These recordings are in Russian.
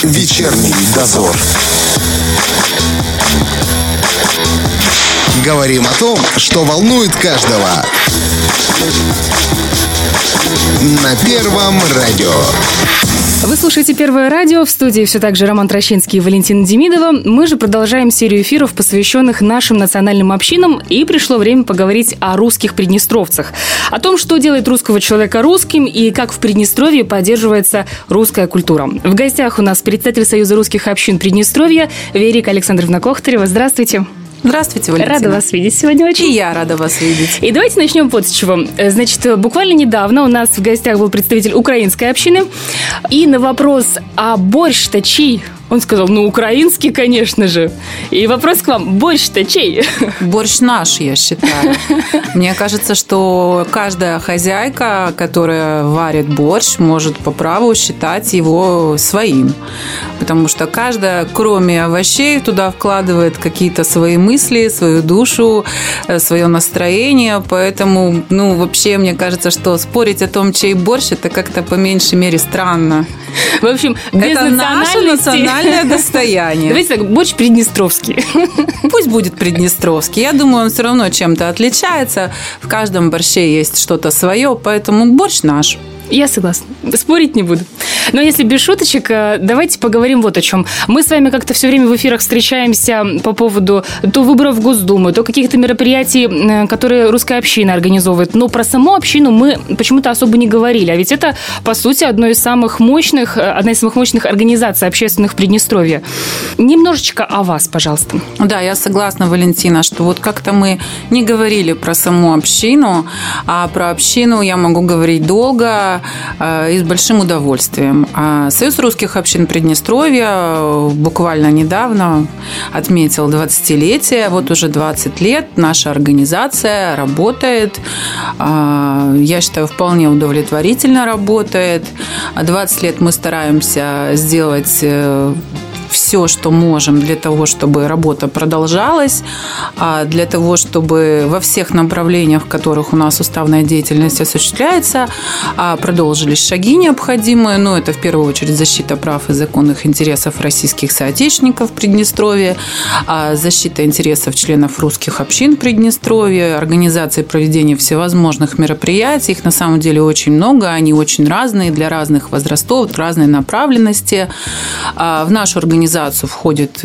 Вечерний дозор. Говорим о том, что волнует каждого. На Первом радио. Вы слушаете Первое радио. В студии все так же Роман Трощинский и Валентина Демидова. Мы же продолжаем серию эфиров, посвященных нашим национальным общинам. И пришло время поговорить о русских приднестровцах. О том, что делает русского человека русским и как в Приднестровье поддерживается русская культура. В гостях у нас председатель Союза русских общин Приднестровья Верика Александровна Кохтарева. Здравствуйте. Здравствуйте, Валентина. Рада вас видеть сегодня очень. И я рада вас видеть. И давайте начнем вот с чего. Значит, буквально недавно у нас в гостях был представитель украинской общины. И на вопрос, а борщ-то чей? Он сказал, украинский, конечно же. И вопрос к вам, борщ-то чей? Борщ наш, я считаю. Мне кажется, что каждая хозяйка, которая варит борщ, может по праву считать его своим. Потому что каждая, кроме овощей, туда вкладывает какие-то свои мысли, свою душу, свое настроение. Поэтому, вообще, мне кажется, что спорить о том, чей борщ, это как-то по меньшей мере странно. В общем, без это наше национальное достояние. Давайте так, борщ приднестровский. Пусть будет приднестровский. Я думаю, он все равно чем-то отличается. В каждом борще есть что-то свое, поэтому борщ наш. Я согласна. Спорить не буду. Но если без шуточек, давайте поговорим вот о чем. Мы с вами как-то все время в эфирах встречаемся по поводу то выборов в Госдуму, то каких-то мероприятий, которые русская община организовывает. Но про саму общину мы почему-то особо не говорили. А ведь это, по сути, одна из самых мощных организаций общественных в Приднестровье. Немножечко о вас, пожалуйста. Да, я согласна, Валентина, что вот как-то мы не говорили про саму общину, а про общину я могу говорить долго и с большим удовольствием. Союз русских общин Приднестровья буквально недавно отметил 20-летие. Вот уже 20 лет наша организация работает. Я считаю, вполне удовлетворительно работает. 20 лет мы стараемся сделать все, что можем для того, чтобы работа продолжалась, для того, чтобы во всех направлениях, в которых у нас уставная деятельность осуществляется, продолжились шаги необходимые. Это в первую очередь защита прав и законных интересов российских соотечественников в Приднестровье, защита интересов членов русских общин Приднестровья, организация и проведение всевозможных мероприятий. Их на самом деле очень много, они очень разные, для разных возрастов, разной направленности. В нашу организацию входит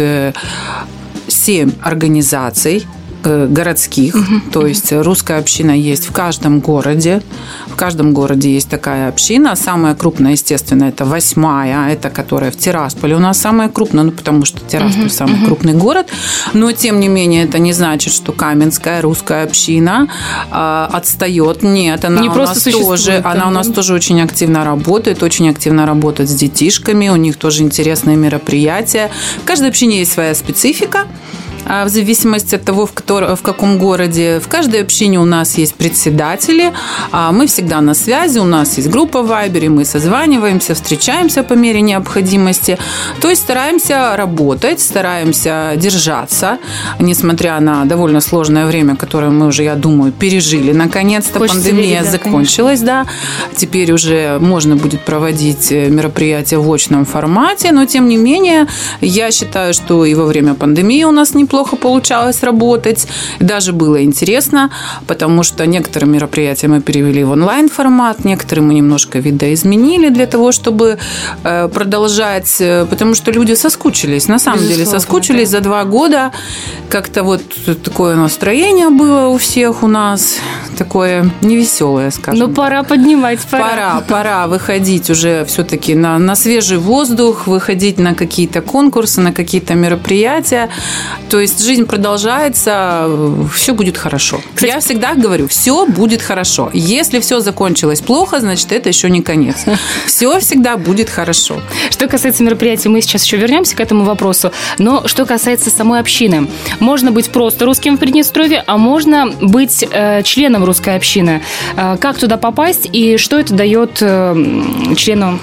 7 организаций городских, то есть русская община есть в каждом городе. В каждом городе есть такая община. Самая крупная, естественно, это 8-я, это которая в Тирасполе у нас самая крупная, потому что Тирасполь самый крупный город. Но, тем не менее, это не значит, что Каменская русская община отстает. Нет, она у нас тоже очень активно работает с детишками, у них тоже интересные мероприятия. В каждой общине есть своя специфика. В зависимости от того, в каком городе. В каждой общине у нас есть председатели. Мы всегда на связи. У нас есть группа в Вайбере. Мы созваниваемся, встречаемся по мере необходимости. То есть стараемся работать, стараемся держаться, несмотря на довольно сложное время, которое мы уже, я думаю, пережили. Наконец-то пандемия закончилась. Да. Теперь уже можно будет проводить мероприятия в очном формате. Но, тем не менее, я считаю, что и во время пандемии у нас неплохо получалось работать. Даже было интересно, потому что некоторые мероприятия мы перевели в онлайн-формат, некоторые мы немножко видоизменили для того, чтобы продолжать, потому что люди соскучились. На самом деле соскучились за 2 года. Как-то вот такое настроение было у всех у нас, такое невеселое, скажем. Пора поднимать, Пора выходить уже все-таки на свежий воздух, выходить на какие-то конкурсы, на какие-то мероприятия. То есть жизнь продолжается, все будет хорошо. Кстати, я всегда говорю, все будет хорошо. Если все закончилось плохо, значит, это еще не конец. Все всегда будет хорошо. Что касается мероприятий, мы сейчас еще вернемся к этому вопросу. Но что касается самой общины, можно быть просто русским в Приднестровье, а можно быть членом русской общины. Как туда попасть и что это дает члену?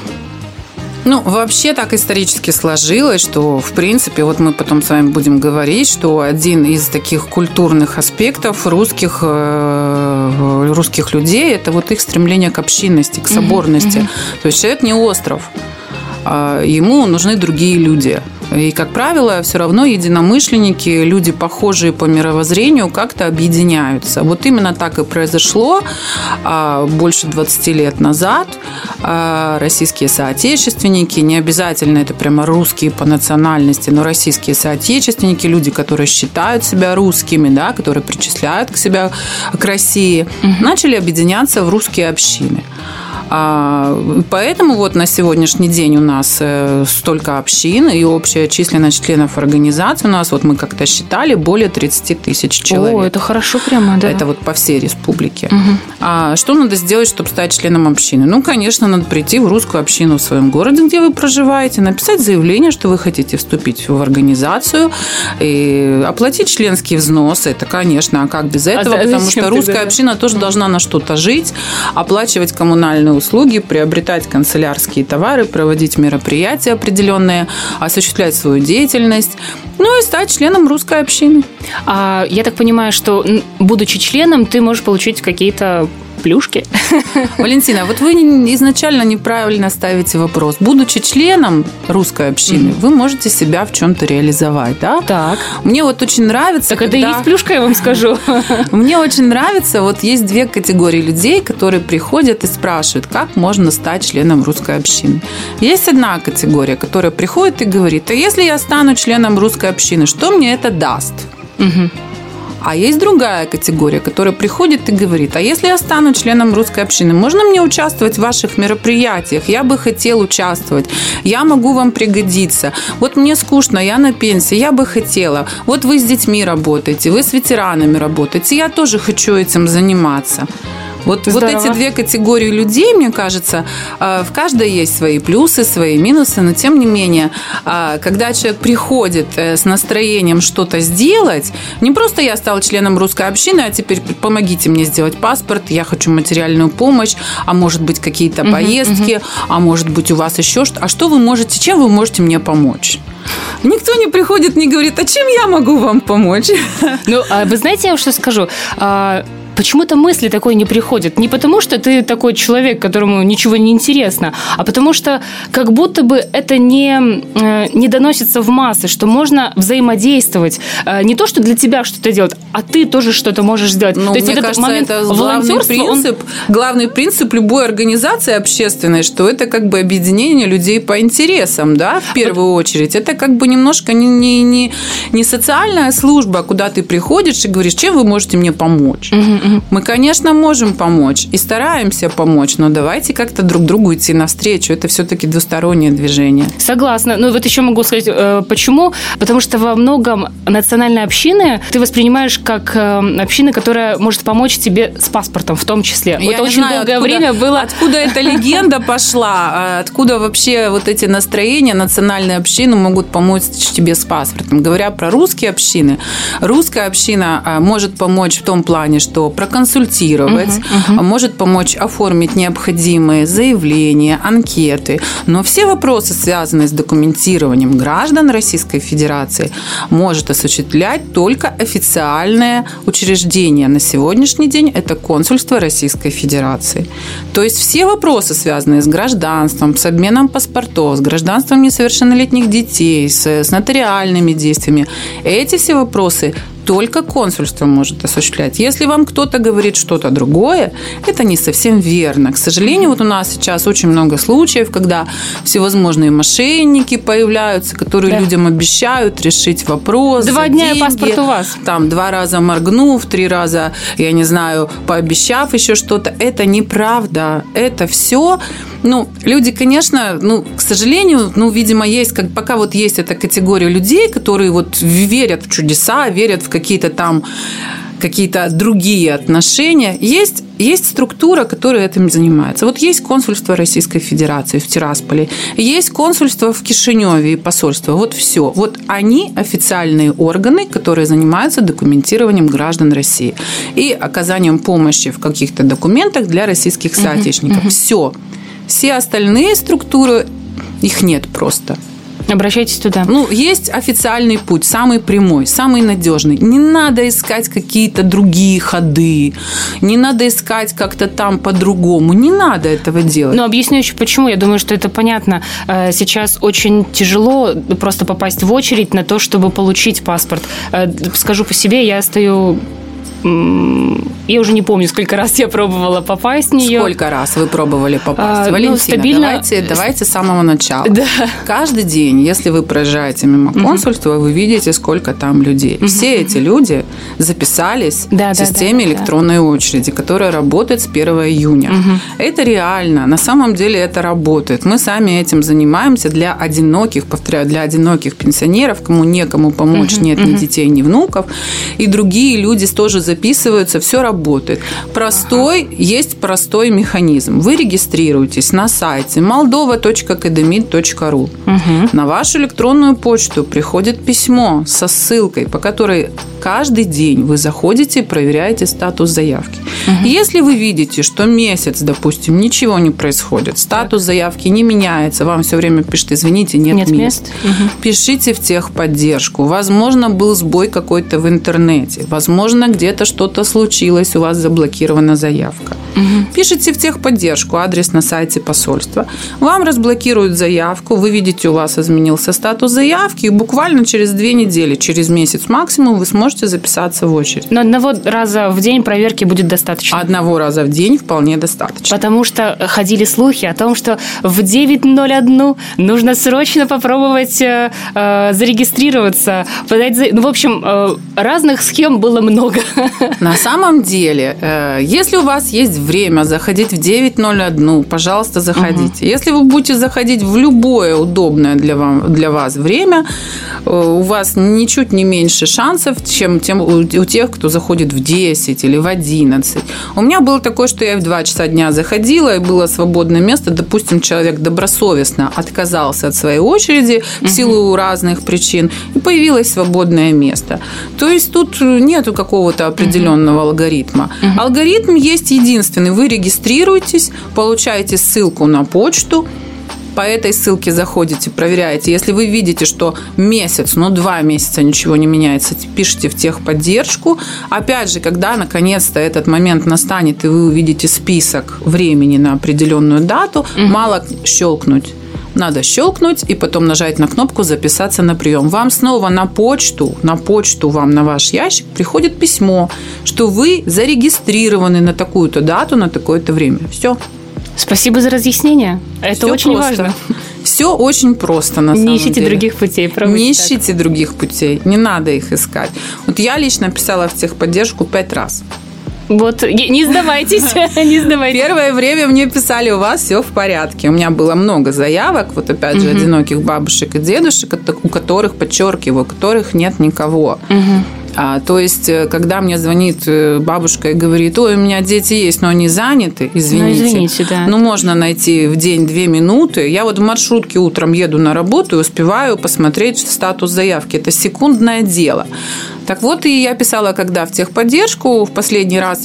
Вообще так исторически сложилось, что, в принципе, вот мы потом с вами будем говорить, что один из таких культурных аспектов русских людей – это вот их стремление к общинности, к соборности. То есть человек не остров. ему нужны другие люди. И, как правило, все равно единомышленники, люди, похожие по мировоззрению, как-то объединяются. Вот именно так и произошло больше 20 лет назад. Российские соотечественники, не обязательно это прямо русские по национальности, но российские соотечественники, люди, которые считают себя русскими, да, которые причисляют к себя к России, начали объединяться в русские общины. Поэтому вот на сегодняшний день у нас столько общин, и общая численность членов организации у нас, вот мы как-то считали, более 30 тысяч человек. О, это хорошо прямо, да. Это вот по всей республике. Что надо сделать, чтобы стать членом общины? Ну, конечно, надо прийти в русскую общину в своем городе, где вы проживаете, написать заявление, что вы хотите вступить в организацию, и оплатить членские взносы. Это, конечно, а как без этого? Потому что русская община тоже должна на что-то жить, оплачивать коммунальные услуги, приобретать канцелярские товары, проводить мероприятия определенные, осуществлять свою деятельность, ну и стать членом русской общины. Я так понимаю, что, будучи членом, ты можешь получить какие-то плюшки. Валентина, вот вы изначально неправильно ставите вопрос. Будучи членом русской общины, вы можете себя в чем-то реализовать, да? Так. Мне вот очень нравится... Так это и есть плюшка, я вам скажу. Мне очень нравится, вот есть две категории людей, которые приходят и спрашивают, как можно стать членом русской общины. Есть одна категория, которая приходит и говорит, а если я стану членом русской общины, что мне это даст? А есть другая категория, которая приходит и говорит, а если я стану членом русской общины, можно мне участвовать в ваших мероприятиях? Я бы хотел участвовать, я могу вам пригодиться. Вот мне скучно, я на пенсии, я бы хотела. Вот вы с детьми работаете, вы с ветеранами работаете, я тоже хочу этим заниматься. Вот эти две категории людей, мне кажется, в каждой есть свои плюсы, свои минусы, но тем не менее, когда человек приходит с настроением что-то сделать, не просто я стал членом русской общины, а теперь помогите мне сделать паспорт, я хочу материальную помощь, а может быть какие-то поездки, а может быть у вас еще что-то, а что вы можете, чем вы можете мне помочь? Никто не приходит, не говорит, а чем я могу вам помочь? Ну, вы знаете, я вам что скажу? Почему-то мысли такой не приходят. Не потому, что ты такой человек, которому ничего не интересно, а потому что как будто бы это не доносится в массы, что можно взаимодействовать. Не то, что для тебя что-то делать, а ты тоже что-то можешь сделать. Ну, то есть мне вот кажется, это главный принцип любой организации общественной, что это как бы объединение людей по интересам, да, в первую очередь. Это как бы немножко не социальная служба, куда ты приходишь и говоришь, чем вы можете мне помочь. Мы, конечно, можем помочь и стараемся помочь, но давайте как-то друг другу идти навстречу. Это все-таки двустороннее движение. Согласна. Ну, вот еще могу сказать, почему. Потому что во многом национальные общины ты воспринимаешь как община, которая может помочь тебе с паспортом в том числе. Я это очень знаю, долгое время было... Откуда эта легенда пошла? Откуда вообще вот эти настроения национальные общины могут помочь тебе с паспортом? Говоря про русские общины, русская община может помочь в том плане, что проконсультировать, может помочь оформить необходимые заявления, анкеты. Но все вопросы, связанные с документированием граждан Российской Федерации, может осуществлять только официальное учреждение. На сегодняшний день это консульство Российской Федерации. То есть все вопросы, связанные с гражданством, с обменом паспортов, с гражданством несовершеннолетних детей, с нотариальными действиями, эти все вопросы только консульство может осуществлять. Если вам кто-то говорит что-то другое, это не совсем верно. К сожалению, вот у нас сейчас очень много случаев, когда всевозможные мошенники появляются, которые людям обещают решить вопрос. 2 дня и паспорт у вас. Там 2 раза моргнув, 3 раза, я не знаю, пообещав еще что-то. Это неправда. Это все... Ну, люди, конечно, к сожалению, видимо, есть, пока вот есть эта категория людей, которые вот верят в чудеса, верят в какие-то другие отношения. Есть структура, которая этим занимается. Вот есть консульство Российской Федерации в Тирасполе, есть консульство в Кишиневе и посольство. Вот все. Вот они официальные органы, которые занимаются документированием граждан России и оказанием помощи в каких-то документах для российских соотечественников. Все. Все остальные структуры, их нет просто. Обращайтесь туда. Есть официальный путь, самый прямой, самый надежный. Не надо искать какие-то другие ходы, не надо искать как-то там по-другому. Не надо этого делать. Объясню еще почему. Я думаю, что это понятно. Сейчас очень тяжело просто попасть в очередь на то, чтобы получить паспорт. Скажу по себе, я стою... Я уже не помню, сколько раз я пробовала попасть в нее. Сколько раз вы пробовали попасть? Валентина, стабильно... давайте с самого начала. Да. Каждый день, если вы проезжаете мимо консульства, вы видите, сколько там людей. Все эти люди записались в системе электронной очереди, которая работает с 1 июня. Это реально. На самом деле это работает. Мы сами этим занимаемся для одиноких, повторяю, для одиноких пенсионеров, кому некому помочь, нет ни детей, ни внуков. И другие люди тоже записываются, все работает. Есть простой механизм. Вы регистрируетесь на сайте moldova.academit.ru. На вашу электронную почту приходит письмо со ссылкой, по которой каждый день вы заходите и проверяете статус заявки. Если вы видите, что месяц, допустим, ничего не происходит, статус заявки не меняется, вам все время пишут: извините, нет мест. Пишите в техподдержку. Возможно, был сбой какой-то в интернете. Возможно, где-то что-то случилось, у вас заблокирована заявка. Пишите в техподдержку, адрес на сайте посольства. Вам разблокируют заявку, вы видите, у вас изменился статус заявки, и буквально через 2 недели, через месяц максимум вы сможете записаться в очередь. Но одного раза в день проверки будет достаточно? Одного раза в день вполне достаточно. Потому что ходили слухи о том, что в 9:01 нужно срочно попробовать зарегистрироваться, подать в общем, разных схем было много. На самом деле, если у вас есть время заходить в 9:01, пожалуйста, заходите. Если вы будете заходить в любое удобное для вас время, у вас ничуть не меньше шансов, чем у тех, кто заходит в 10 или в 11. У меня было такое, что я в 2 часа дня заходила, и было свободное место. Допустим, человек добросовестно отказался от своей очереди в силу разных причин, и появилось свободное место. То есть тут нету какого-то определенного алгоритма. Алгоритм есть единственный. Вы регистрируетесь, получаете ссылку на почту, по этой ссылке заходите, проверяете. Если вы видите, что месяц, 2 месяца ничего не меняется, пишите в техподдержку. Опять же, когда наконец-то этот момент настанет, и вы увидите список времени на определенную дату, мало щелкнуть. Надо щелкнуть и потом нажать на кнопку «Записаться на прием». Вам снова на почту вам на ваш ящик приходит письмо, что вы зарегистрированы на такую-то дату, на такое-то время. Все. Спасибо за разъяснение. Это Всё очень просто. важно. Все очень просто, на самом деле. Не ищите других путей. Не ищите других путей. Не надо их искать. Вот я лично писала в техподдержку 5 раз. Вот, не сдавайтесь, не сдавайтесь. Первое время мне писали: у вас все в порядке. У меня было много заявок, вот опять же, одиноких бабушек и дедушек, у которых, подчеркиваю, у которых нет никого. То есть, когда мне звонит бабушка и говорит: ой, у меня дети есть, но они заняты, извините, да. Можно найти в день 2 минуты. Я вот в маршрутке утром еду на работу и успеваю посмотреть статус заявки. Это секундное дело. Так вот, и я писала, когда в техподдержку, в последний раз,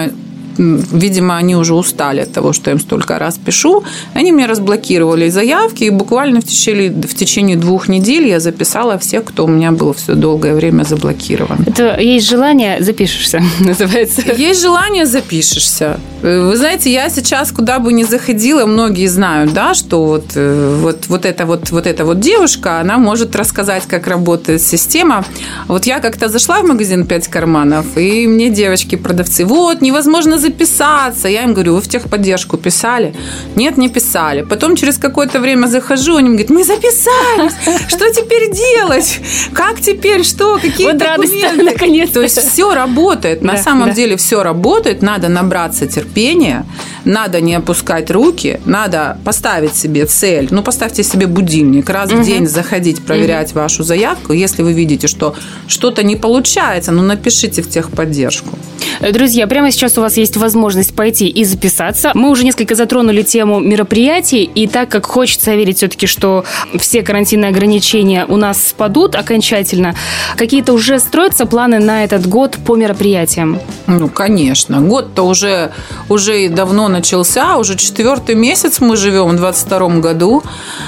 видимо, они уже устали от того, что я им столько раз пишу. Они мне разблокировали заявки, и буквально в течение 2 недель я записала всех, кто у меня был все долгое время заблокирован. Это есть желание, запишешься, называется. Есть желание, запишешься. Вы знаете, я сейчас куда бы ни заходила, многие знают, да, что вот эта девушка, она может рассказать, как работает система. Вот я как-то зашла в магазин «5 карманов», и мне девочки-продавцы: вот, невозможно записаться. Я им говорю: вы в техподдержку писали? Нет, не писали. Потом через какое-то время захожу, они мне говорят: мы записались. Что теперь делать? Как теперь? Что? Какие документы? Наконец-то. То есть все работает. На самом деле все работает. Надо набраться терпения, надо не опускать руки, надо поставить себе цель. Поставьте себе будильник. Раз в день заходить, проверять вашу заявку. Если вы видите, что что-то не получается, напишите в техподдержку. Друзья, прямо сейчас у вас есть есть возможность пойти и записаться. Мы уже несколько затронули тему мероприятий, и так как хочется верить все-таки, что все карантинные ограничения у нас спадут окончательно, какие-то уже строятся планы на этот год по мероприятиям? Ну, конечно. Год-то уже и давно начался, уже 4-й месяц мы живем в 2022 году,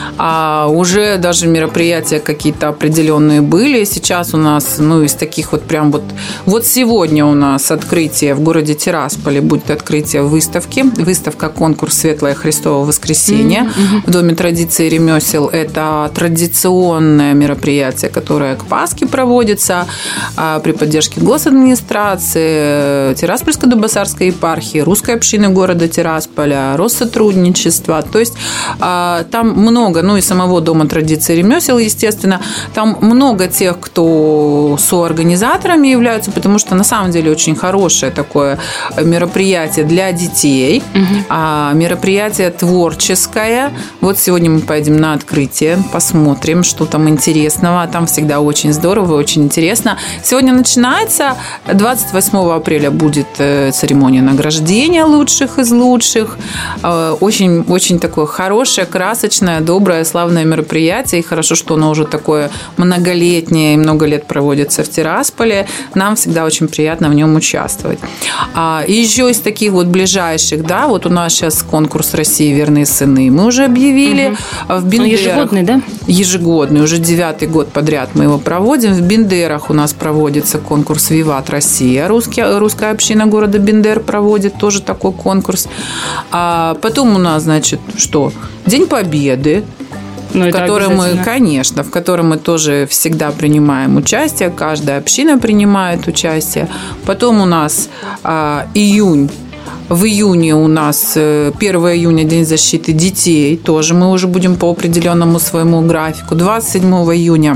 а уже даже мероприятия какие-то определенные были. Сейчас у нас, из таких вот прям вот сегодня у нас открытие в городе Тирасполе, будет открытие выставки. Выставка-конкурс «Светлое Христово воскресенье» в Доме традиции и ремесел. Это традиционное мероприятие, которое к Пасхе проводится при поддержке госадминистрации, Тираспольско-Дубосарской епархии, Русской общины города Тирасполя, Россотрудничества. То есть там много, и самого Дома традиции и ремесел, естественно, там много тех, кто соорганизаторами являются, потому что на самом деле очень хорошее такое мероприятие для детей, мероприятие творческое. Вот сегодня мы поедем на открытие, посмотрим, что там интересного. Там всегда очень здорово, очень интересно. Сегодня начинается, 28 апреля будет церемония награждения лучших из лучших. Очень, очень такое хорошее, красочное, доброе, славное мероприятие. И хорошо, что оно уже такое многолетнее и много лет проводится в Тирасполе. Нам всегда очень приятно в нем участвовать. И еще из таких вот ближайших, вот у нас сейчас конкурс «России. Верные сыны» мы уже объявили. В Бендерах. Ежегодный, да? Ежегодный, уже 9-й год подряд мы его проводим. В Бендерах у нас проводится конкурс «Виват Россия». Русская община города Бендер проводит тоже такой конкурс. А потом у нас, что? День Победы. В котором мы тоже всегда принимаем участие, каждая община принимает участие. Потом у нас июнь. В июне у нас 1 июня День защиты детей. Тоже мы уже будем по определенному своему графику. 27 июня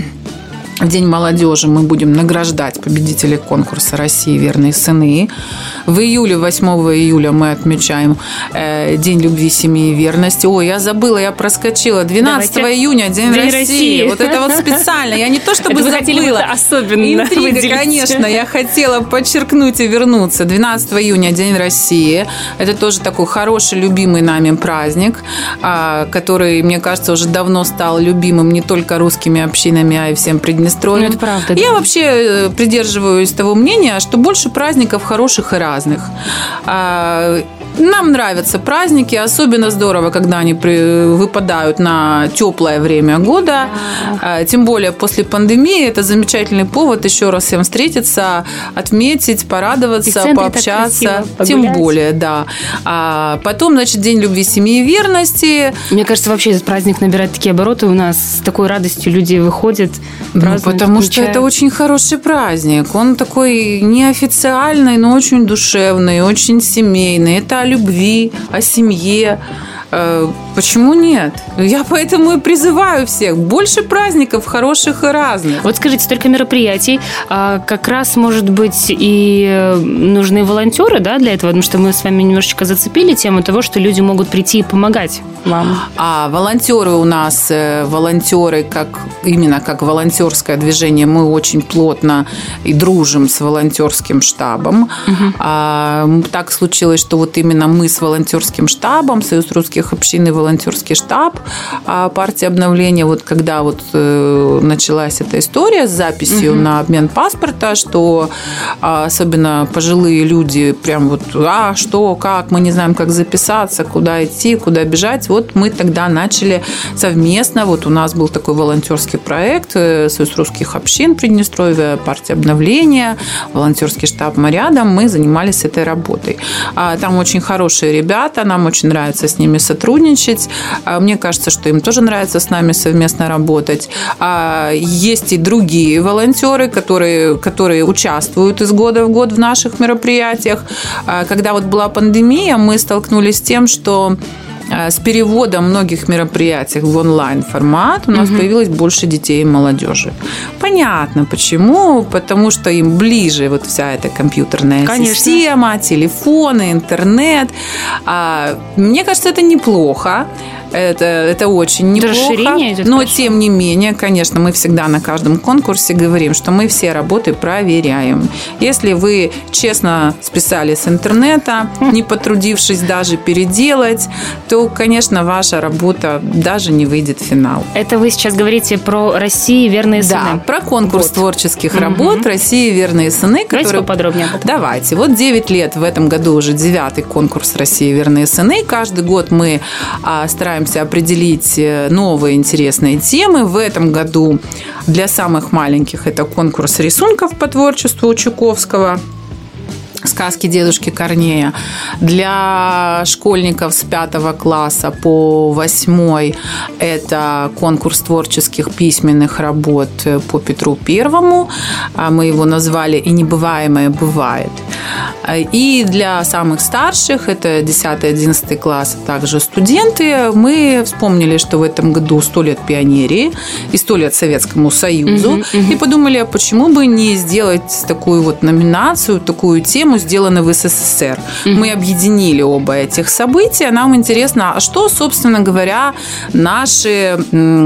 в День молодежи мы будем награждать победителей конкурса «России. Верные сыны». В июле, 8 июля мы отмечаем День любви, семьи и верности. Ой, я забыла, я проскочила. 12 июня День России. Вот это вот специально. Я не то чтобы забыла. Хотели особенно интрига, выделить. конечно. Я хотела подчеркнуть и вернуться. 12 июня День России. Это тоже такой хороший, любимый нами праздник, который, мне кажется, уже давно стал любимым не только русскими общинами, а и всем Приднестровьем. Это правда. Я вообще придерживаюсь того мнения, что больше праздников хороших и разных. Нам нравятся праздники, особенно здорово, когда они выпадают на теплое время года. Тем более после пандемии это замечательный повод еще раз всем встретиться, отметить, порадоваться, пообщаться. Тем более, да. Потом, День любви, семьи и верности. Мне кажется, вообще этот праздник набирает такие обороты у нас. С такой радостью люди выходят, празднуют, потому что это очень хороший праздник. Он такой неофициальный, но очень душевный, очень семейный. Это о любви, о семье. Почему нет? Я поэтому и призываю всех. Больше праздников хороших и разных. Вот скажите, столько мероприятий. Как раз, может быть, и нужны волонтеры, для этого? Потому что мы с вами немножечко зацепили тему того, что люди могут прийти и помогать вам. Волонтеры у нас, именно как волонтерское движение, мы очень плотно и дружим с волонтерским штабом. Так случилось, что вот именно мы с волонтерским штабом, Союз русских общин и волонтерский штаб партии обновления, когда началась эта история с записью на обмен паспорта, что особенно пожилые люди прям что, как, мы не знаем, как записаться, куда идти, куда бежать. Вот мы тогда начали совместно, у нас был такой волонтерский проект Союз русских общин Приднестровья, партия обновления, волонтерский штаб «Мы рядом», мы занимались этой работой. Там очень хорошие ребята, нам очень нравится с ними сотрудничать. Мне кажется, что им тоже нравится с нами совместно работать. Есть и другие волонтеры, которые участвуют из года в год в наших мероприятиях. Когда была пандемия, мы столкнулись с тем, что с переводом многих мероприятий в онлайн-формат у нас появилось больше детей и молодежи. Понятно, почему. Потому что им ближе вся эта компьютерная система, телефоны, интернет. Мне кажется, это неплохо. Это очень неплохо. Расширение идет, но, хорошо. тем не менее, конечно, мы всегда на каждом конкурсе говорим, что мы все работы проверяем. Если вы честно списали с интернета, не потрудившись даже переделать, то, конечно, ваша работа даже не выйдет в финал. Это вы сейчас говорите про «России верные сыны». Да, про конкурс Вот. творческих работ «России верные сыны», Давайте который... поподробнее об этом. Давайте. Вот 9 лет в этом году уже 9-й конкурс «России верные сыны». Каждый год мы стараемся определить новые интересные темы. В этом году для самых маленьких это конкурс рисунков по творчеству Чуковского, сказки дедушки Корнея. Для школьников с 5 класса по 8 это конкурс творческих письменных работ по Петру Первому. Мы его назвали «И небываемое бывает». И для самых старших, это 10-11 класс, а также студенты, мы вспомнили, что в этом году 100 лет пионерии и 100 лет Советскому Союзу. И подумали, а почему бы не сделать такую вот номинацию, такую тему, сделанную в СССР. Мы объединили оба этих события. Нам интересно, а что, собственно говоря, наши...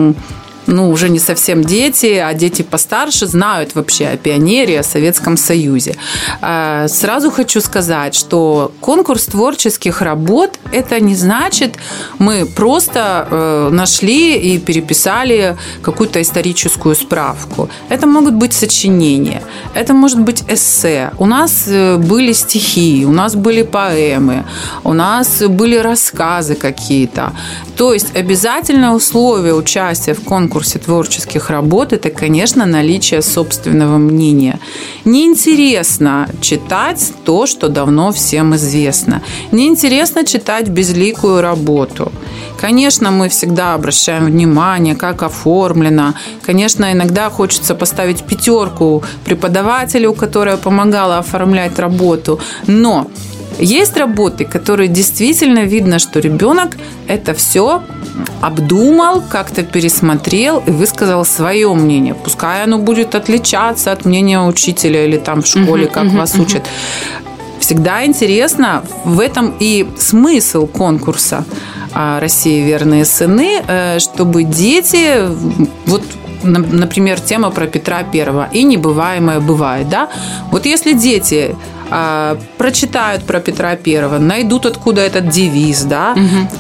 уже не совсем дети, а дети постарше знают вообще о пионерии, о Советском Союзе. Сразу хочу сказать, что конкурс творческих работ – это не значит, мы просто нашли и переписали какую-то историческую справку. Это могут быть сочинения, это может быть эссе. У нас были стихи, у нас были поэмы, у нас были рассказы какие-то. То есть обязательное условие участия в конкурсе творческих работ – это, конечно, наличие собственного мнения. Неинтересно читать то, что давно всем известно. Неинтересно читать безликую работу. Конечно, мы всегда обращаем внимание, как оформлено. Конечно, иногда хочется поставить 5 преподавателю, которая помогала оформлять работу. Но есть работы, которые действительно видно, что ребенок это все обдумал, как-то пересмотрел и высказал свое мнение. Пускай оно будет отличаться от мнения учителя или там в школе, как вас учат. Всегда интересно, в этом и смысл конкурса «России верные сыны», чтобы дети... Вот, например, тема про Петра Первого «И небываемое бывает». Да? Вот если дети прочитают про Петра Первого, найдут, откуда этот девиз, да,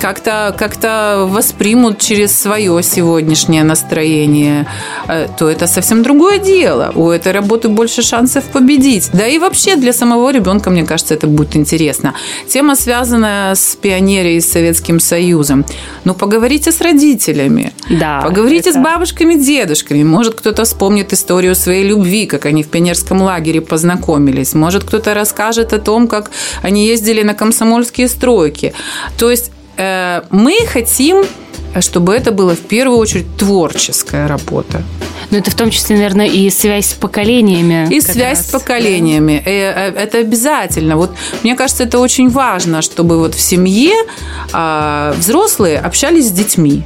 как-то воспримут через свое сегодняшнее настроение, то это совсем другое дело. У этой работы больше шансов победить. Да и вообще для самого ребенка, мне кажется, это будет интересно. Тема, связанная с пионерией, с Советским Союзом. Ну, поговорите с родителями. Да, поговорите с бабушками, дедушками. Может, кто-то вспомнит историю своей любви, как они в пионерском лагере познакомились. Может, кто-то расскажет о том, как они ездили на комсомольские стройки. То есть мы хотим, чтобы это было в первую очередь творческая работа. Но это в том числе, наверное, и связь с поколениями. И связь с поколениями. Это обязательно. Вот, мне кажется, это очень важно, чтобы вот в семье взрослые общались с детьми.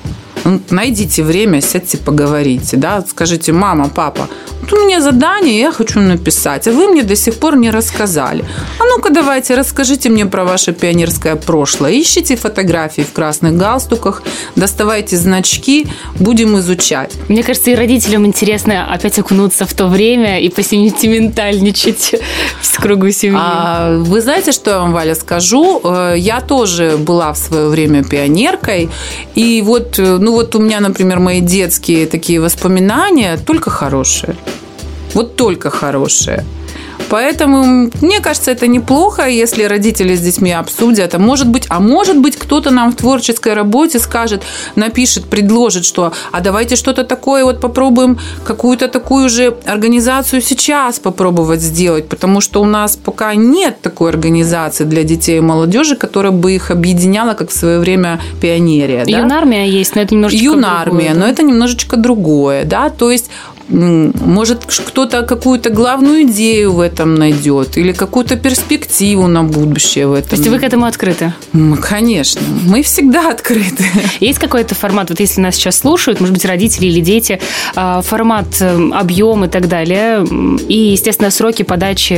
Найдите время, сядьте, поговорите. Да? Скажите: мама, папа, вот у меня задание, я хочу написать, а вы мне до сих пор не рассказали. А ну-ка давайте, расскажите мне про ваше пионерское прошлое. Ищите фотографии в красных галстуках, доставайте значки, будем изучать. Мне кажется, и родителям интересно опять окунуться в то время и посентиментальничать в кругу семьи. Вы знаете, что я вам, Валя, скажу? Я тоже была в свое время пионеркой, и вот у меня, например, мои детские такие воспоминания только хорошие. Вот только хорошие. Поэтому, мне кажется, это неплохо, если родители с детьми обсудят. А может быть, кто-то нам в творческой работе скажет, напишет, предложит, что а давайте что-то такое вот попробуем, какую-то такую же организацию сейчас попробовать сделать, потому что у нас пока нет такой организации для детей и молодежи, которая бы их объединяла, как в свое время пионерия. Да? Юнармия есть, но это немножечко другое. Но это немножечко другое. Да? То есть может, кто-то какую-то главную идею в этом найдет или какую-то перспективу на будущее в этом. То есть вы к этому открыты? Конечно, мы всегда открыты. Есть какой-то формат, вот если нас сейчас слушают, может быть, родители или дети, формат, объем и так далее, и, естественно, сроки подачи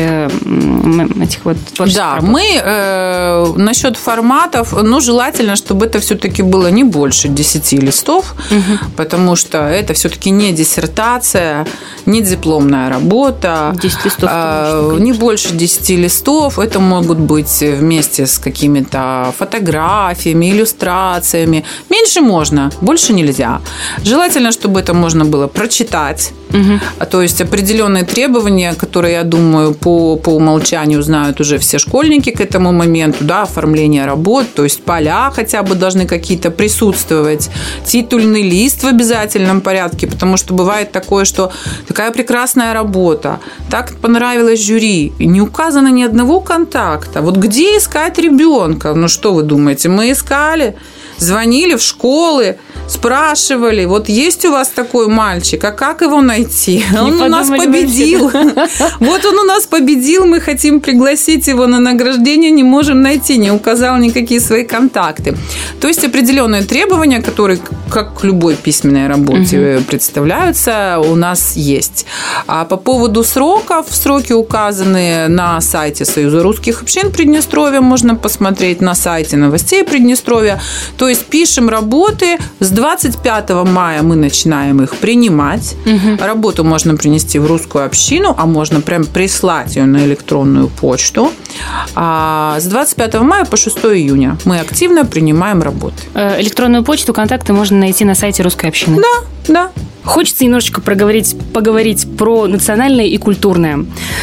этих вот творческих работ? Да, мы насчет форматов, желательно, чтобы это все-таки было не больше 10 листов, потому что это все-таки не диссертация, не дипломная работа, 10 листов не больше 10 листов. Это могут быть вместе с какими-то фотографиями, иллюстрациями. Меньше можно, больше нельзя. Желательно, чтобы это можно было прочитать. То есть определенные требования, которые, я думаю, по умолчанию знают уже все школьники к этому моменту, да, оформление работ, то есть поля хотя бы должны какие-то присутствовать, титульный лист в обязательном порядке, потому что бывает такое, что такая прекрасная работа, так понравилось жюри, и не указано ни одного контакта. Вот где искать ребенка? Что вы думаете? Мы искали, звонили в школы, спрашивали, вот есть у вас такой мальчик, а как его найти? Он у нас победил. Вот он у нас победил, мы хотим пригласить его на награждение, не можем найти, не указал никакие свои контакты. То есть определенные требования, которые, как к любой письменной работе, представляются, у нас есть. А по поводу сроков, сроки указаны на сайте Союза русских общин Приднестровья, можно посмотреть на сайте новостей Приднестровья. То есть пишем работы, с 25 мая мы начинаем их принимать. Работу можно принести в русскую общину, а можно прям прислать ее на электронную почту. А с 25 мая по 6 июня мы активно принимаем работы. Электронную почту, контакты можно найти на сайте русской общины. Да. Хочется немножечко поговорить про национальное и культурное.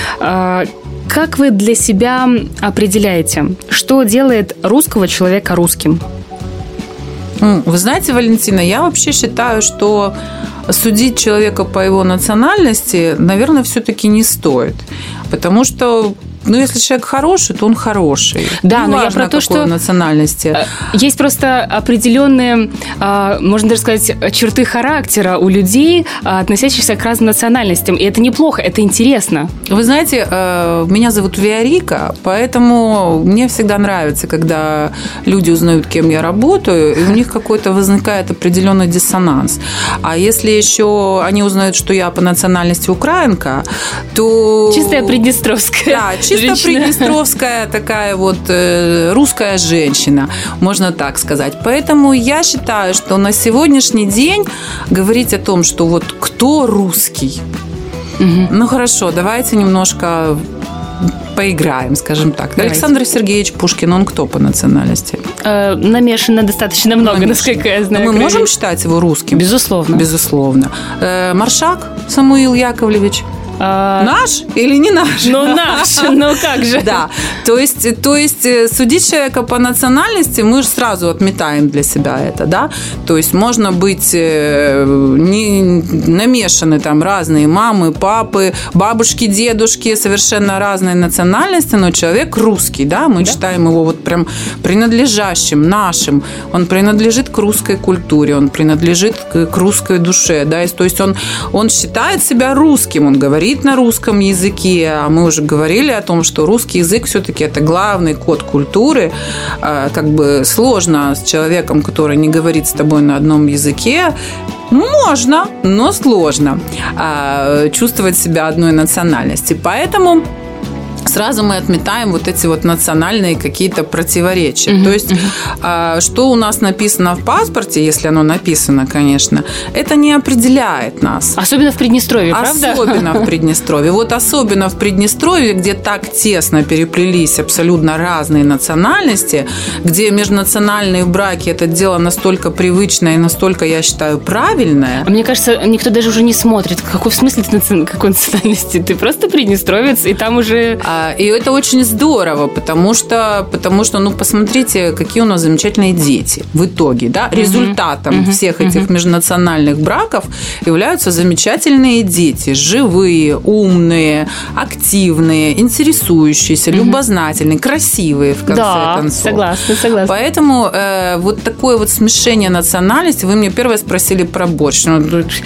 Как вы для себя определяете, что делает русского человека русским? Вы знаете, Валентина, я вообще считаю, что судить человека по его национальности, наверное, все-таки не стоит. Потому что если человек хороший, то он хороший. Да, но я про то, что национальности. Есть просто определенные, можно даже сказать, черты характера у людей, относящихся к разным национальностям. И это неплохо, это интересно. Вы знаете, меня зовут Виорика, поэтому мне всегда нравится, когда люди узнают, кем я работаю, и у них какой-то возникает определенный диссонанс. А если еще они узнают, что я по национальности украинка, то... Чистая приднестровская. Да, чисто приднестровская такая вот русская женщина, можно так сказать. Поэтому я считаю, что на сегодняшний день говорить о том, что вот кто русский, хорошо, давайте немножко поиграем, скажем так. Давайте. Александр Сергеевич Пушкин, он кто по национальности? Намешано достаточно много, насколько я знаю. Мы можем считать его русским? Безусловно. Безусловно. Маршак Самуил Яковлевич? Наш или не наш? Наш, как же? Да, то есть судить человека по национальности мы же сразу отметаем для себя это, да, то есть можно быть намешаны там разные мамы, папы, бабушки, дедушки, совершенно разные национальности, но человек русский, да, мы считаем его вот прям принадлежащим, нашим, он принадлежит к русской культуре, он принадлежит к русской душе, да, то есть он считает себя русским, он говорит на русском языке, а мы уже говорили о том, что русский язык все-таки это главный код культуры. Как бы сложно с человеком, который не говорит с тобой на одном языке, можно, но сложно чувствовать себя одной национальности. Поэтому сразу мы отметаем вот эти вот национальные какие-то противоречия. То есть, что у нас написано в паспорте, если оно написано, конечно, это не определяет нас. Особенно в Приднестровье, правда? Особенно в Приднестровье. Вот особенно в Приднестровье, где так тесно переплелись абсолютно разные национальности, где межнациональные браки – это дело настолько привычное и настолько, я считаю, правильное. Мне кажется, никто даже уже не смотрит. Какой в смысле какой национальности? Ты просто приднестровец, и там уже... И это очень здорово, потому что, посмотрите, какие у нас замечательные дети в итоге, да, результатом всех этих межнациональных браков являются замечательные дети, живые, умные, активные, интересующиеся, любознательные, красивые, в конце концов. Согласна. Поэтому вот такое вот смешение национальностей. Вы мне первое спросили про борщ.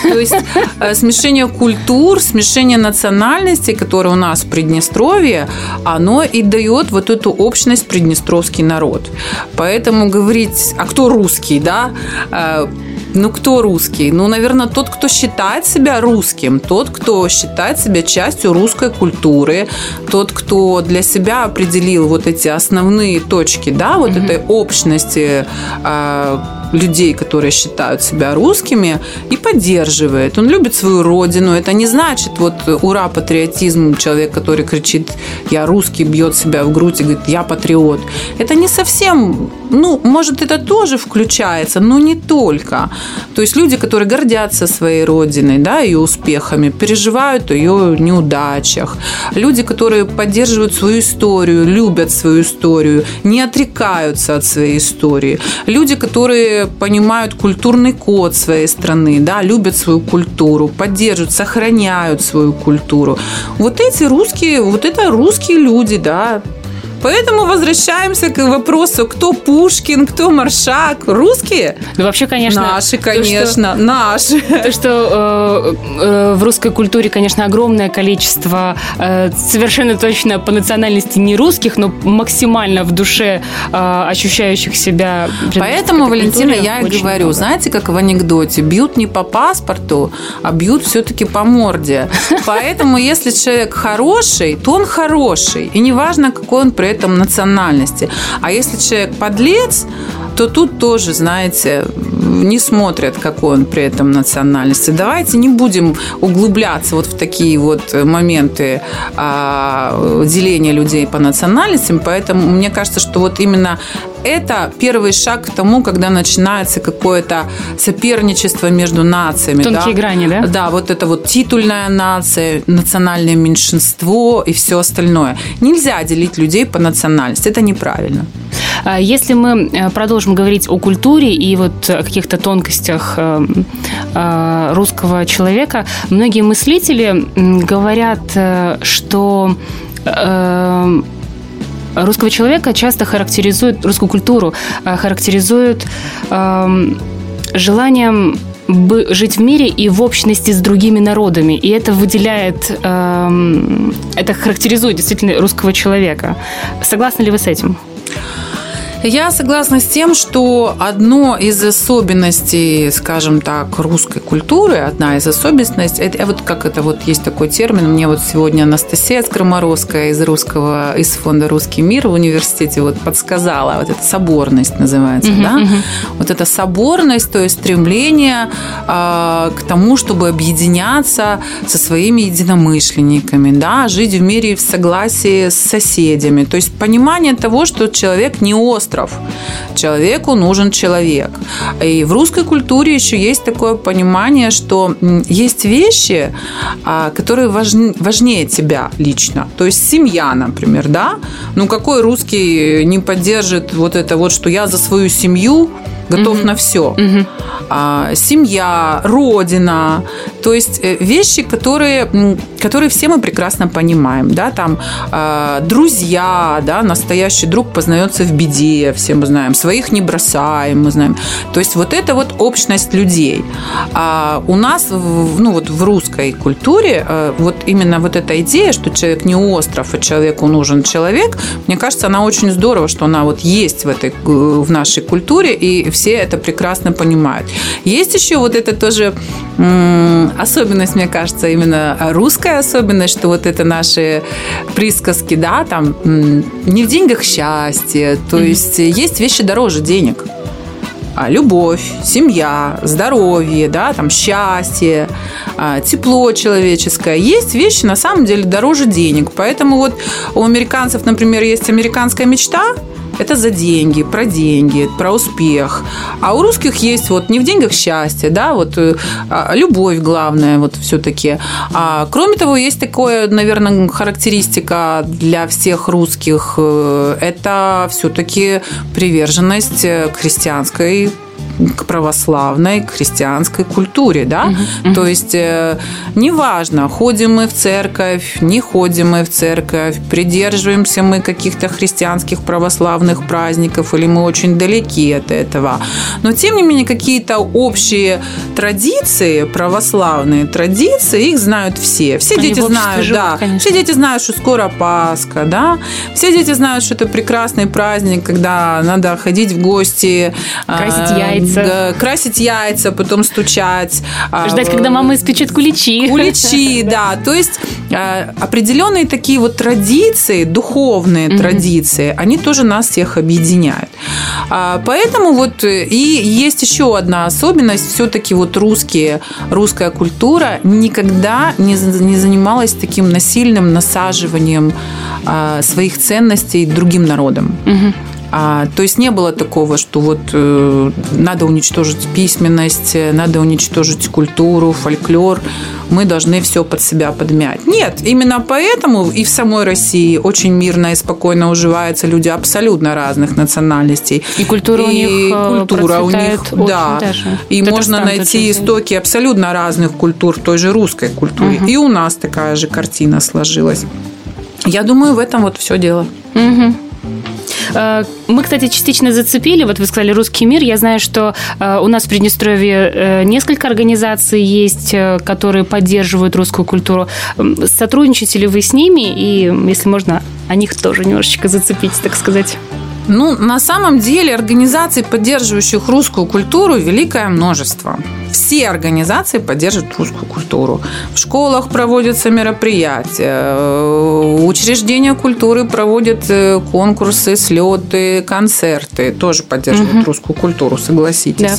То есть смешение культур, смешение национальностей, которые у нас в Приднестровье, оно и дает вот эту общность приднестровский народ. Поэтому говорить, а кто русский, да? Ну, кто русский? Ну, наверное, тот, кто считает себя русским, тот, кто считает себя частью русской культуры, тот, кто для себя определил вот эти основные точки, да, вот этой общности людей, которые считают себя русскими, и поддерживает. Он любит свою родину. Это не значит, вот, ура, патриотизм, человек, который кричит «я русский», бьет себя в грудь и говорит «я патриот». Это не совсем, ну, может, это тоже включается, но не только. То есть люди, которые гордятся своей родиной, да, ее успехами, переживают о ее неудачах. Люди, которые поддерживают свою историю, любят свою историю, не отрекаются от своей истории. Люди, которые понимают культурный код своей страны, да, любят свою культуру, поддерживают, сохраняют свою культуру. Вот эти русские, вот это русские люди, да. Поэтому возвращаемся к вопросу, кто Пушкин, кто Маршак. Русские? Ну, вообще, конечно. Наши, конечно, наши. То, что в русской культуре, конечно, огромное количество совершенно точно по национальности не русских, но максимально в душе ощущающих себя. Поэтому, Валентина, я и говорю, много. Знаете, как в анекдоте, бьют не по паспорту, а бьют все-таки по морде. Поэтому, если человек хороший, то он хороший. И неважно, какой он при этом национальности. А если человек подлец, то тут тоже, знаете, не смотрят, какой он при этом национальности. Давайте не будем углубляться вот в такие вот моменты деления людей по национальностям. Поэтому мне кажется, что вот именно это первый шаг к тому, когда начинается какое-то соперничество между нациями. Тонкие грани, да? Да, вот это вот титульная нация, национальное меньшинство и все остальное. Нельзя делить людей по национальности. Это неправильно. Если мы продолжим говорить о культуре и вот о каких-то тонкостях русского человека, многие мыслители говорят, что русского человека часто характеризует, русскую культуру характеризует желанием жить в мире и в общности с другими народами. И это выделяет, это характеризует действительно русского человека. Согласны ли вы с этим? Я согласна с тем, что одно из особенностей, скажем так, русской культуры, одна из особенностей, это вот как это вот есть такой термин, мне вот сегодня Анастасия Скоморовская из фонда «Русский мир» в университете вот подсказала, вот это соборность называется, да? Вот эта соборность, то есть стремление к тому, чтобы объединяться со своими единомышленниками, да, жить в мире в согласии с соседями, то есть понимание того, что человек не остров, человеку нужен человек. И в русской культуре еще есть такое понимание, что есть вещи, которые важнее тебя лично. То есть семья, например, да? Ну, какой русский не поддержит вот это вот, что я за свою семью готов на все. Семья, родина. То есть вещи, которые все мы прекрасно понимаем. Да? Там друзья, да? Настоящий друг познается в беде, все мы знаем. Своих не бросаем, мы знаем. То есть вот это вот общность людей. У нас, ну, вот в русской культуре вот именно вот эта идея, что человек не остров, а человеку нужен человек, мне кажется, она очень здорово, что она вот есть в нашей культуре, и все это прекрасно понимают. Есть еще вот это тоже особенность, мне кажется, именно русская особенность, что вот это наши присказки, да, там не в деньгах счастье, то есть есть вещи дороже денег. Любовь, семья, здоровье, да, там, счастье, тепло человеческое. Есть вещи, на самом деле, дороже денег. Поэтому вот у американцев, например, есть американская мечта. Это за деньги, про успех. А у русских есть вот не в деньгах счастье, да, вот любовь главная вот все-таки. Кроме того, есть такое, наверное, характеристика для всех русских. Это все-таки приверженность к христианской к православной, к христианской культуре, да? То есть неважно, ходим мы в церковь, не ходим мы в церковь, придерживаемся мы каких-то христианских православных праздников или мы очень далеки от этого. Но, тем не менее, какие-то общие традиции, православные традиции, их знают все. Все Они дети знают, живут, да. конечно. Все дети знают, что скоро Пасха, да. Все дети знают, что это прекрасный праздник, когда надо ходить в гости, красить яйца, потом стучать. Ждать, когда мама испечет куличи. Куличи, да. То есть определенные такие вот традиции, духовные традиции, они тоже нас всех объединяют. Поэтому вот и есть еще одна особенность. Все-таки вот русская культура никогда не занималась таким насильным насаживанием своих ценностей другим народам. То есть не было такого, что вот надо уничтожить письменность, надо уничтожить культуру, фольклор, мы должны все под себя подмять. Нет, именно поэтому и в самой России очень мирно и спокойно уживаются люди абсолютно разных национальностей. И культура у них процветает очень даже. И можно найти истоки абсолютно разных культур, той же русской культуре. И у нас такая же картина сложилась. Я думаю, в этом вот все дело. Мы, кстати, частично зацепили, вот вы сказали «Русский мир». Я знаю, что у нас в Приднестровье несколько организаций есть, которые поддерживают русскую культуру. Сотрудничаете ли вы с ними? И, если можно, о них тоже немножечко зацепить, так сказать. Ну, на самом деле организаций, поддерживающих русскую культуру, великое множество. Все организации поддерживают русскую культуру. В школах проводятся мероприятия, учреждения культуры проводят конкурсы, слеты, концерты. Тоже поддерживают русскую культуру, согласитесь.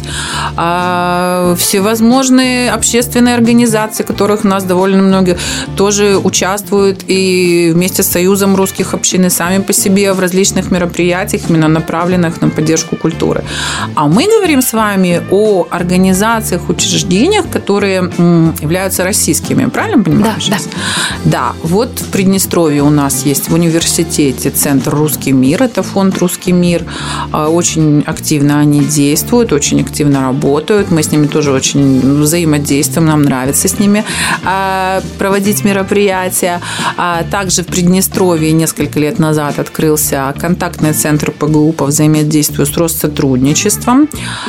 Да. Всевозможные общественные организации, которых у нас довольно много, тоже участвуют и вместе с Союзом русских общин и сами по себе в различных мероприятиях, именно направленных на поддержку культуры. А мы говорим с вами о организациях, учреждениях, которые являются российскими. Правильно понимаю? Да. Да. Вот в Приднестровье у нас есть в университете Центр «Русский мир». Это фонд «Русский мир». Очень активно они действуют, очень активно работают. Мы с ними тоже очень взаимодействуем. Нам нравится с ними проводить мероприятия. Также в Приднестровье несколько лет назад открылся контактный центр ПГУ по взаимодействию с Россотрудничеством.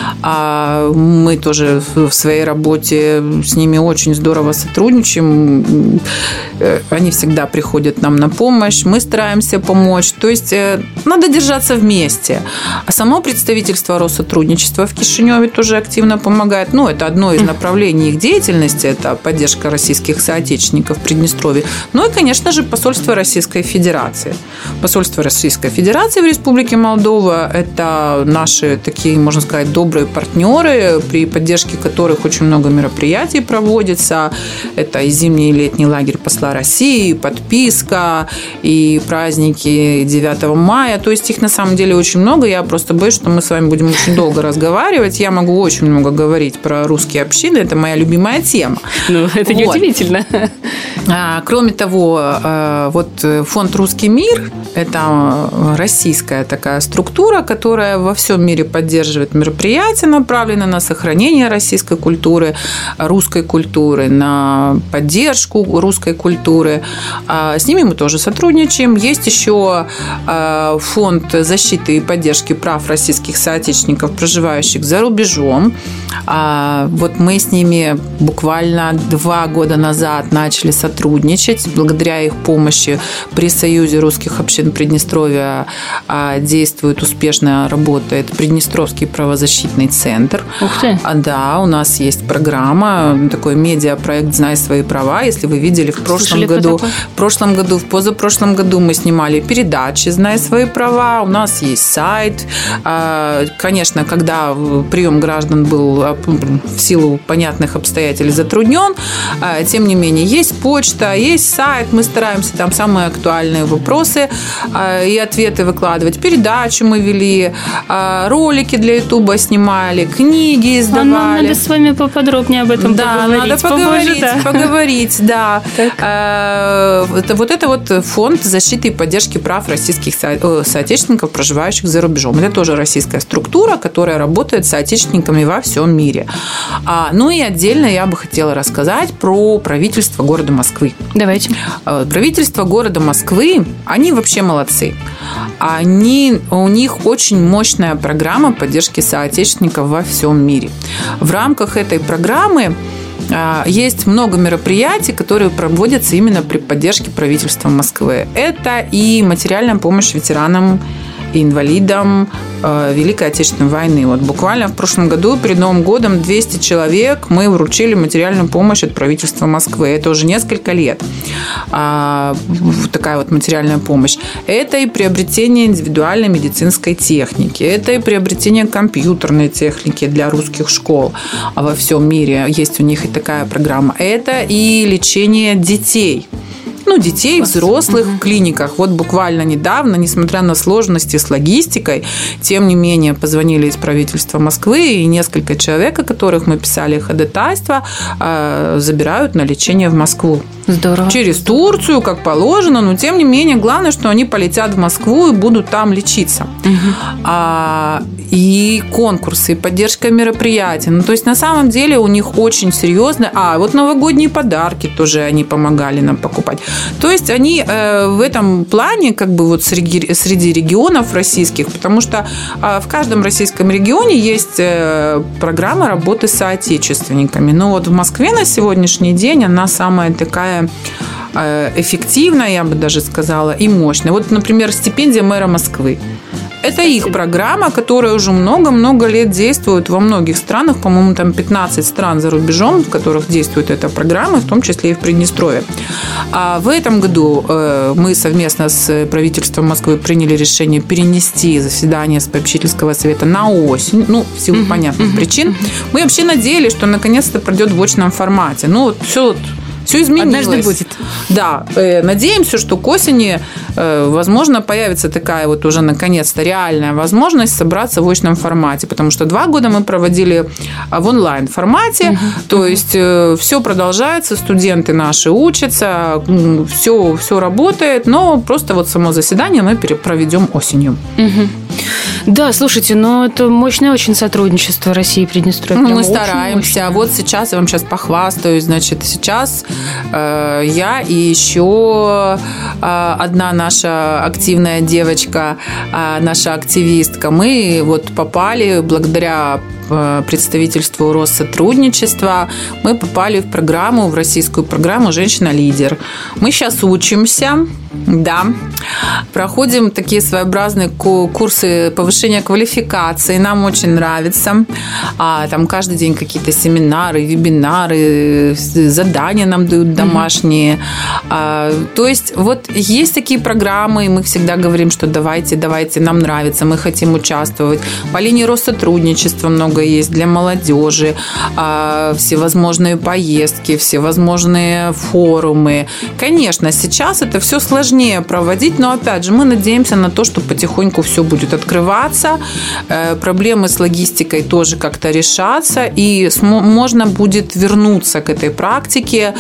Мы тоже в своей работе с ними очень здорово сотрудничаем. Они всегда приходят нам на помощь. Мы стараемся помочь. То есть надо держаться вместе. А само представительство Россотрудничества в Кишиневе тоже активно помогает. Ну, это одно из направлений их деятельности. Это поддержка российских соотечественников в Приднестровье. Ну и, конечно же, посольство Российской Федерации. Посольство Российской Федерации в Республике Молдова – это наши такие, можно сказать, добрые партнеры, при поддержке которых очень много мероприятий проводится. Это и зимний и летний лагерь посла России, и подписка, и праздники 9 мая. То есть их на самом деле очень много. Я просто боюсь, что мы с вами будем очень долго разговаривать. Я могу очень много говорить про русские общины. Это моя любимая тема. Ну, это неудивительно. Кроме того, вот фонд «Русский мир» – это российская такая структура, которая во всем мире поддерживает мероприятия, направленные на сохранение российской культуры, русской культуры, на поддержку русской культуры. С ними мы тоже сотрудничаем. Есть еще фонд защиты и поддержки прав российских соотечественников, проживающих за рубежом. Вот мы с ними буквально 2 года назад начали сотрудничать. Благодаря их помощи при Союзе русских общин Приднестровья действует успешно, работает Приднестровский правозащитный центр. Ух ты! Да, у нас есть программа, такой медиапроект «Знай свои права». Если вы видели, в прошлом году, в позапрошлом году мы снимали передачи «Знай свои права». У нас есть сайт. Конечно, когда прием граждан был в силу понятных обстоятельств затруднен, тем не менее, есть почта, есть сайт. Мы стараемся там самые актуальные вопросы и ответы выкладывать. передачу мы вели, ролики для Ютуба снимали, книги издавали. Нам надо с вами поподробнее об этом поговорить. Надо поговорить, да. Это фонд защиты и поддержки прав российских соотечественников, проживающих за рубежом. Это тоже российская структура, которая работает с соотечественниками во всем мире. Ну и отдельно я бы хотела рассказать про правительство города Москвы. Давайте. Правительство города Москвы, они вообще молодцы. У них очень мощная программа поддержки соотечественников во всем мире. В рамках этой программы есть много мероприятий, которые проводятся именно при поддержке правительства Москвы. Это и материальная помощь ветеранам и инвалидам Великой Отечественной войны. Вот буквально в прошлом году, перед Новым годом, 200 человек мы вручили материальную помощь от правительства Москвы. Это уже несколько лет. Такая вот материальная помощь. Это и приобретение индивидуальной медицинской техники. Это и приобретение компьютерной техники для русских школ. Во всем мире есть у них и такая программа. Это и лечение детей. Детей, взрослых в клиниках. Вот буквально недавно, несмотря на сложности с логистикой, тем не менее позвонили из правительства Москвы, и несколько человек, о которых мы писали ходатайство, забирают на лечение в Москву. Здорово. Через Турцию, как положено, но тем не менее, главное, что они полетят в Москву и будут там лечиться. И конкурсы, и поддержка мероприятий. То есть, на самом деле, у них очень серьезно. Вот новогодние подарки тоже они помогали нам покупать. То есть, они в этом плане, среди регионов российских, потому что в каждом российском регионе есть программа работы с соотечественниками. Но вот в Москве на сегодняшний день она самая такая эффективная, я бы даже сказала, и мощная. Вот, например, стипендия мэра Москвы. Это их программа, которая уже много-много лет действует во многих странах. По-моему, там 15 стран за рубежом, в которых действует эта программа, в том числе и в Приднестровье. А в этом году мы совместно с правительством Москвы приняли решение перенести заседание попечительского совета на осень. В силу понятных причин. Мы вообще надеялись, что наконец-то пройдет в очном формате. Все изменилось. Однажды будет. Да. Надеемся, что к осени, возможно, появится такая вот уже наконец-то реальная возможность собраться в очном формате. Потому что 2 года мы проводили в онлайн-формате. То есть все продолжается, студенты наши учатся, все работает, но просто вот само заседание мы проведем осенью. Да, слушайте, это мощное очень сотрудничество России и Приднестровья. Мы стараемся. Вот сейчас я вам похвастаюсь. Значит, сейчас я и еще одна наша активная девочка, наша активистка, мы вот попали благодаря представительству Россотрудничества, мы попали в российскую программу «Женщина-лидер». Мы сейчас учимся, да, проходим такие своеобразные курсы повышения квалификации, нам очень нравится. Там каждый день какие-то семинары, вебинары, задания нам дают домашние. То есть вот есть такие программы, и мы всегда говорим, что давайте, нам нравится, мы хотим участвовать. По линии Россотрудничества много есть для молодежи, всевозможные поездки, всевозможные форумы. Конечно, сейчас это все сложнее проводить, но опять же мы надеемся на то, что потихоньку все будет открываться, проблемы с логистикой тоже как-то решаться, и можно будет вернуться к этой практике,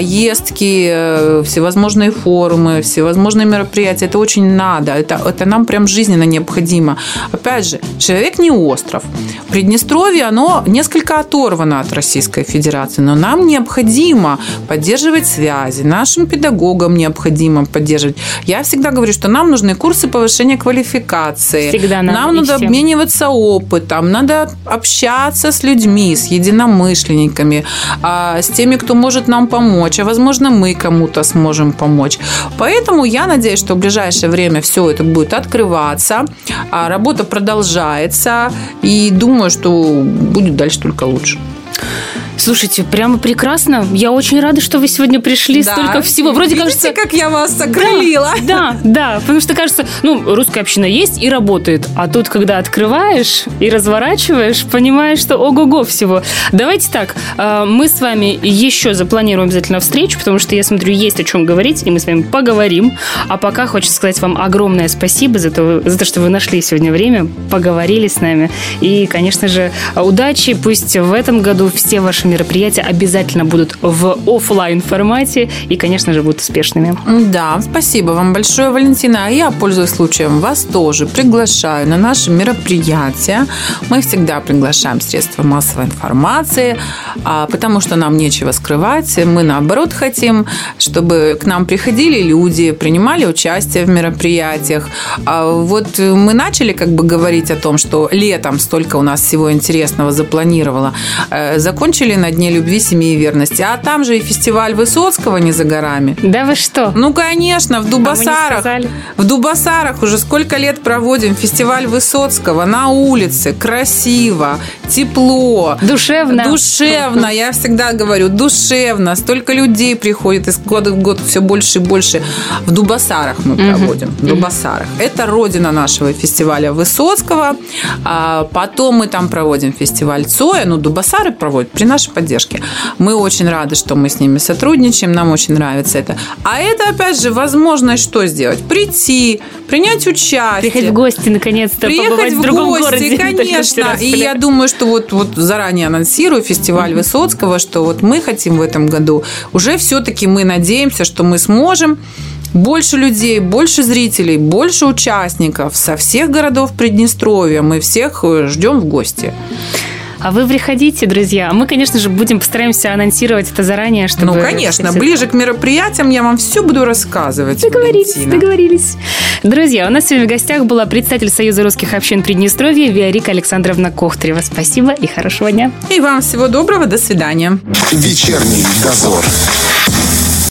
поездки, всевозможные форумы, всевозможные мероприятия. Это очень надо, это нам прям жизненно необходимо. Опять же, человек не остров. Приднестровье, оно несколько оторвано от Российской Федерации, но нам необходимо поддерживать связи, нашим педагогам необходимо поддерживать. Я всегда говорю, что нам нужны курсы повышения квалификации. Всегда нам надо обмениваться опытом, надо общаться с людьми, с единомышленниками, с теми, кто может нам помочь, а возможно, мы кому-то сможем помочь. Поэтому я надеюсь, что в ближайшее время все это будет открываться, работа продолжается, и думаю, что будет дальше только лучше. Слушайте, прямо прекрасно. Я очень рада, что вы сегодня пришли. Да. Столько всего. Вроде видите, как я вас окрылила. Да. Потому что кажется, русская община есть и работает. А тут, когда открываешь и разворачиваешь, понимаешь, что ого-го всего. Давайте так, мы с вами еще запланируем обязательно встречу, потому что, я смотрю, есть о чем говорить, и мы с вами поговорим. А пока хочется сказать вам огромное спасибо за то, что вы нашли сегодня время, поговорили с нами. И, конечно же, удачи. Пусть в этом году все ваши мероприятия обязательно будут в офлайн формате и, конечно же, будут успешными. Да, спасибо вам большое, Валентина. А я, пользуясь случаем, вас тоже приглашаю на наши мероприятия. Мы всегда приглашаем средства массовой информации, потому что нам нечего скрывать. Мы, наоборот, хотим, чтобы к нам приходили люди, принимали участие в мероприятиях. Вот мы начали говорить о том, что летом столько у нас всего интересного запланировало. Закончили на Дне любви, семьи и верности. А там же и фестиваль Высоцкого не за горами. Да вы что? Конечно, в Дубасарах. В Дубасарах уже сколько лет проводим фестиваль Высоцкого на улице. Красиво, тепло. Душевно. Я всегда говорю, душевно. Столько людей приходит из года в год все больше и больше. В Дубасарах мы проводим. В Дубасарах. Это родина нашего фестиваля Высоцкого. Потом мы там проводим фестиваль Цоя. Дубасары проводят при нашей поддержке. Мы очень рады, что мы с ними сотрудничаем. Нам очень нравится это. А это, опять же, возможность что сделать? Прийти, принять участие. Приехать в гости, наконец-то, побывать в другом городе. Конечно. И я думаю, что вот заранее анонсирую фестиваль Высоцкого, что вот мы хотим в этом году. Уже все-таки мы надеемся, что мы сможем больше людей, больше зрителей, больше участников со всех городов Приднестровья. Мы всех ждем в гости. А вы приходите, друзья. Мы, конечно же, постараемся анонсировать это заранее, чтобы... конечно. Ближе к мероприятиям я вам все буду рассказывать. Договорились. Друзья, у нас сегодня в гостях была председатель Союза русских общин Приднестровья Виорика Александровна Кохтарева. Спасибо и хорошего дня. И вам всего доброго. До свидания. Вечерний дозор.